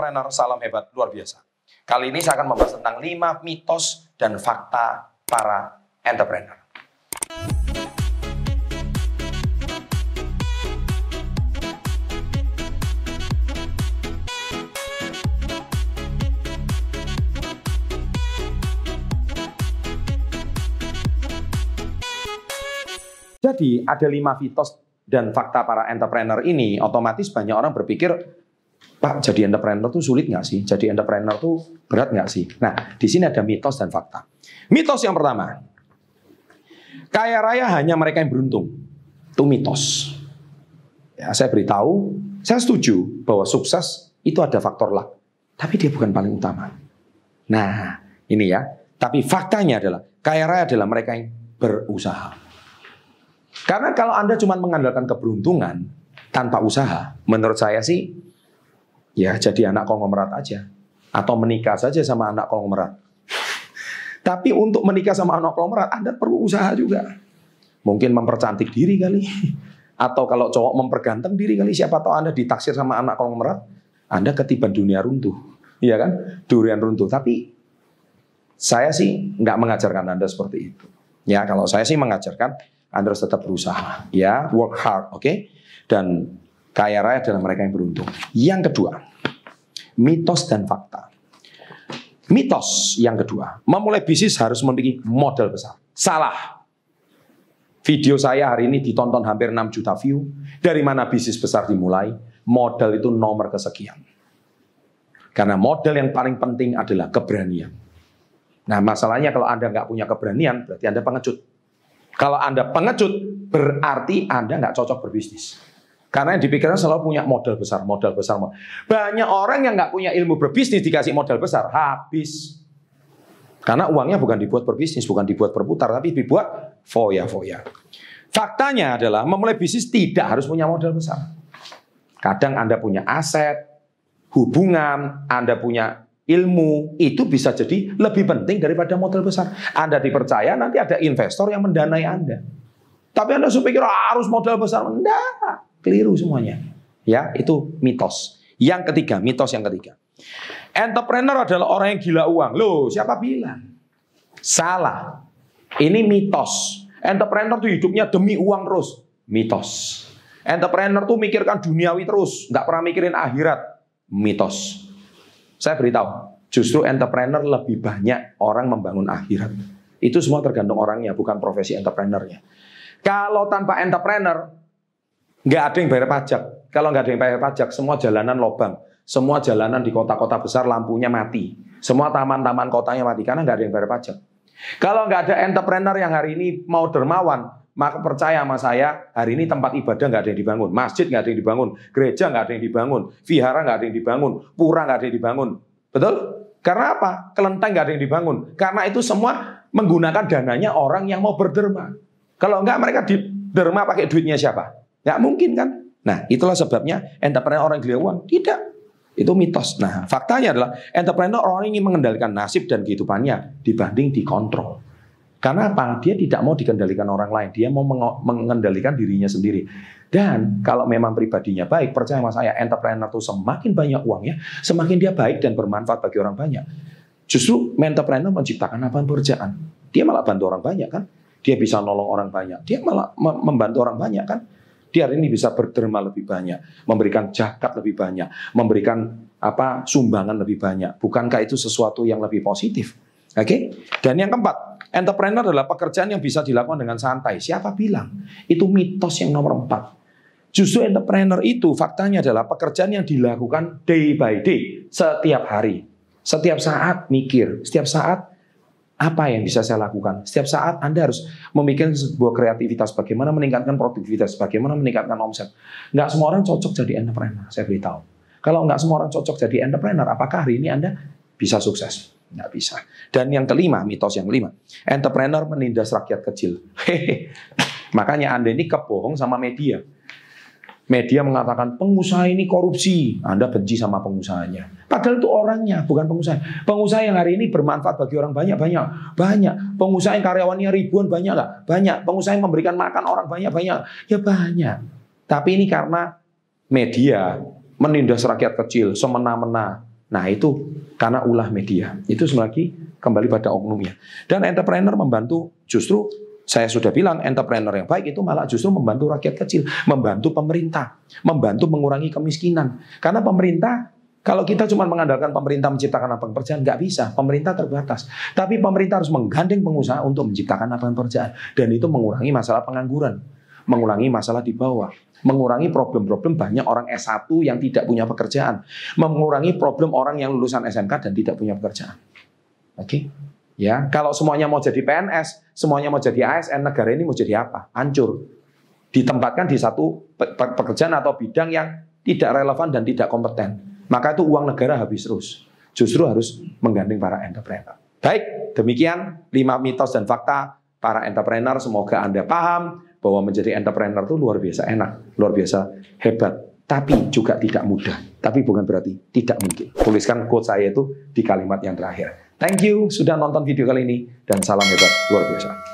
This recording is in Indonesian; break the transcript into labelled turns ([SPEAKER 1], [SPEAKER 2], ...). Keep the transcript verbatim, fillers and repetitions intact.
[SPEAKER 1] entrepreneur, salam hebat, luar biasa. Kali ini saya akan membahas tentang lima mitos dan fakta para entrepreneur. Jadi ada lima mitos dan fakta para entrepreneur ini, otomatis banyak orang berpikir, Pak, jadi entrepreneur tuh sulit nggak sih? Jadi entrepreneur tuh berat nggak sih? Nah, di sini ada mitos dan fakta. Mitos yang pertama, kaya raya hanya mereka yang beruntung. Itu mitos. Ya, saya beritahu, saya setuju bahwa sukses itu ada faktor luck, tapi dia bukan paling utama. Nah, ini ya. Tapi faktanya adalah kaya raya adalah mereka yang berusaha. Karena kalau Anda cuma mengandalkan keberuntungan tanpa usaha, menurut saya sih, ya jadi anak konglomerat aja. Atau menikah saja sama anak konglomerat. Tapi untuk menikah sama anak konglomerat, Anda perlu usaha juga. Mungkin mempercantik diri kali. Atau kalau cowok memperganteng diri kali. Siapa tahu Anda ditaksir sama anak konglomerat, Anda ketiban dunia runtuh. Iya kan? Durian runtuh. Tapi saya sih nggak mengajarkan Anda seperti itu. Ya, kalau saya sih mengajarkan Anda harus tetap berusaha, ya, work hard, oke? Okay? Dan kaya raya adalah mereka yang beruntung. Yang kedua, mitos dan fakta. Mitos yang kedua, memulai bisnis harus memiliki modal besar. Salah. Video saya hari ini ditonton hampir enam juta view. Dari mana bisnis besar dimulai? Modal itu nomor kesekian. Karena modal yang paling penting adalah keberanian. Nah, masalahnya kalau Anda nggak punya keberanian, berarti Anda pengecut. Kalau Anda pengecut, berarti Anda nggak cocok berbisnis. Karena yang dipikirkan selalu punya modal besar, modal besar. Banyak orang yang nggak punya ilmu berbisnis dikasih modal besar, habis. Karena uangnya bukan dibuat berbisnis, bukan dibuat berputar, tapi dibuat foya-foya. Faktanya adalah memulai bisnis tidak harus punya modal besar. Kadang Anda punya aset, hubungan, Anda punya ilmu, itu bisa jadi lebih penting daripada modal besar. Anda dipercaya, nanti ada investor yang mendanai Anda. Tapi Anda supaya harus modal besar. Enggak, keliru semuanya. Ya, itu mitos. Yang ketiga, mitos yang ketiga. Entrepreneur adalah orang yang gila uang. Loh, siapa bilang? Salah. Ini mitos. Entrepreneur tuh hidupnya demi uang terus. Mitos. Entrepreneur tuh mikirkan duniawi terus, nggak pernah mikirin akhirat. Mitos. Saya beritahu, justru entrepreneur lebih banyak orang membangun akhirat. Itu semua tergantung orangnya, bukan profesi entrepreneurnya. Kalau tanpa entrepreneur, nggak ada yang bayar pajak. Kalau nggak ada yang bayar pajak, semua jalanan lobang. Semua jalanan di kota-kota besar lampunya mati. Semua taman-taman kotanya mati, karena nggak ada yang bayar pajak. Kalau nggak ada entrepreneur yang hari ini mau dermawan, maka percaya sama saya, hari ini tempat ibadah nggak ada yang dibangun, masjid nggak ada yang dibangun, gereja nggak ada yang dibangun, vihara nggak ada yang dibangun, pura nggak ada yang dibangun. Betul? Karena apa? Kelenteng nggak ada yang dibangun. Karena itu semua menggunakan dananya orang yang mau berderma. Kalau nggak, mereka derma pakai duitnya siapa? Nggak mungkin kan? Nah, itulah sebabnya entrepreneur orang gila uang. Tidak. Itu mitos. Nah, faktanya adalah entrepreneur orang ini mengendalikan nasib dan kehidupannya dibanding dikontrol. Karena apa? Dia tidak mau dikendalikan orang lain. Dia mau mengendalikan dirinya sendiri. Dan kalau memang pribadinya baik, percaya sama saya, entrepreneur itu semakin banyak uangnya, semakin dia baik dan bermanfaat bagi orang banyak. Justru entrepreneur menciptakan lapangan pekerjaan. Dia malah bantu orang banyak kan? Dia bisa nolong orang banyak. Dia malah membantu orang banyak kan? Dia hari ini bisa berderma lebih banyak, memberikan zakat lebih banyak, memberikan apa sumbangan lebih banyak. Bukankah itu sesuatu yang lebih positif? Oke? Okay? Dan yang keempat, entrepreneur adalah pekerjaan yang bisa dilakukan dengan santai. Siapa bilang? Itu mitos yang nomor empat. Justru entrepreneur itu faktanya adalah pekerjaan yang dilakukan day by day, setiap hari. Setiap saat mikir, setiap saat apa yang bisa saya lakukan. Setiap saat Anda harus memikirkan sebuah kreativitas, bagaimana meningkatkan produktivitas, bagaimana meningkatkan omset. Nggak semua orang cocok jadi entrepreneur, saya beritahu. Kalau nggak semua orang cocok jadi entrepreneur, apakah hari ini Anda bisa sukses? Nggak bisa. Dan yang kelima, mitos yang kelima, entrepreneur menindas rakyat kecil. Hehehe. Makanya Anda ini kebohong sama media. Media mengatakan pengusaha ini korupsi, Anda benci sama pengusahanya. Padahal itu orangnya, bukan pengusaha. Pengusaha yang hari ini bermanfaat bagi orang banyak, banyak, banyak. Pengusaha yang karyawannya ribuan, banyak nggak? Banyak. Pengusaha yang memberikan makan orang banyak, banyak. Ya banyak. Tapi ini karena media menindas rakyat kecil, semena-mena. Nah itu karena ulah media. Itu semua lagi kembali pada oknumnya. Dan entrepreneur membantu, justru saya sudah bilang entrepreneur yang baik itu malah justru membantu rakyat kecil, membantu pemerintah, membantu mengurangi kemiskinan. Karena pemerintah, kalau kita cuma mengandalkan pemerintah menciptakan lapangan pekerjaan, nggak bisa. Pemerintah terbatas. Tapi pemerintah harus menggandeng pengusaha untuk menciptakan lapangan pekerjaan. Dan itu mengurangi masalah pengangguran, mengurangi masalah di bawah, mengurangi problem-problem banyak orang S satu yang tidak punya pekerjaan, mengurangi problem orang yang lulusan S M K dan tidak punya pekerjaan. Oke, okay? Ya, kalau semuanya mau jadi P N S, semuanya mau jadi A S N, negara ini mau jadi apa? Hancur. Ditempatkan di satu pekerjaan atau bidang yang tidak relevan dan tidak kompeten. Maka itu uang negara habis terus. Justru harus menggandeng para entrepreneur. Baik, demikian lima mitos dan fakta para entrepreneur. Semoga Anda paham bahwa menjadi entrepreneur itu luar biasa enak, luar biasa hebat, tapi juga tidak mudah. Tapi bukan berarti tidak mungkin. Tuliskan quote saya itu di kalimat yang terakhir. Thank you sudah nonton video kali ini dan salam hebat luar biasa.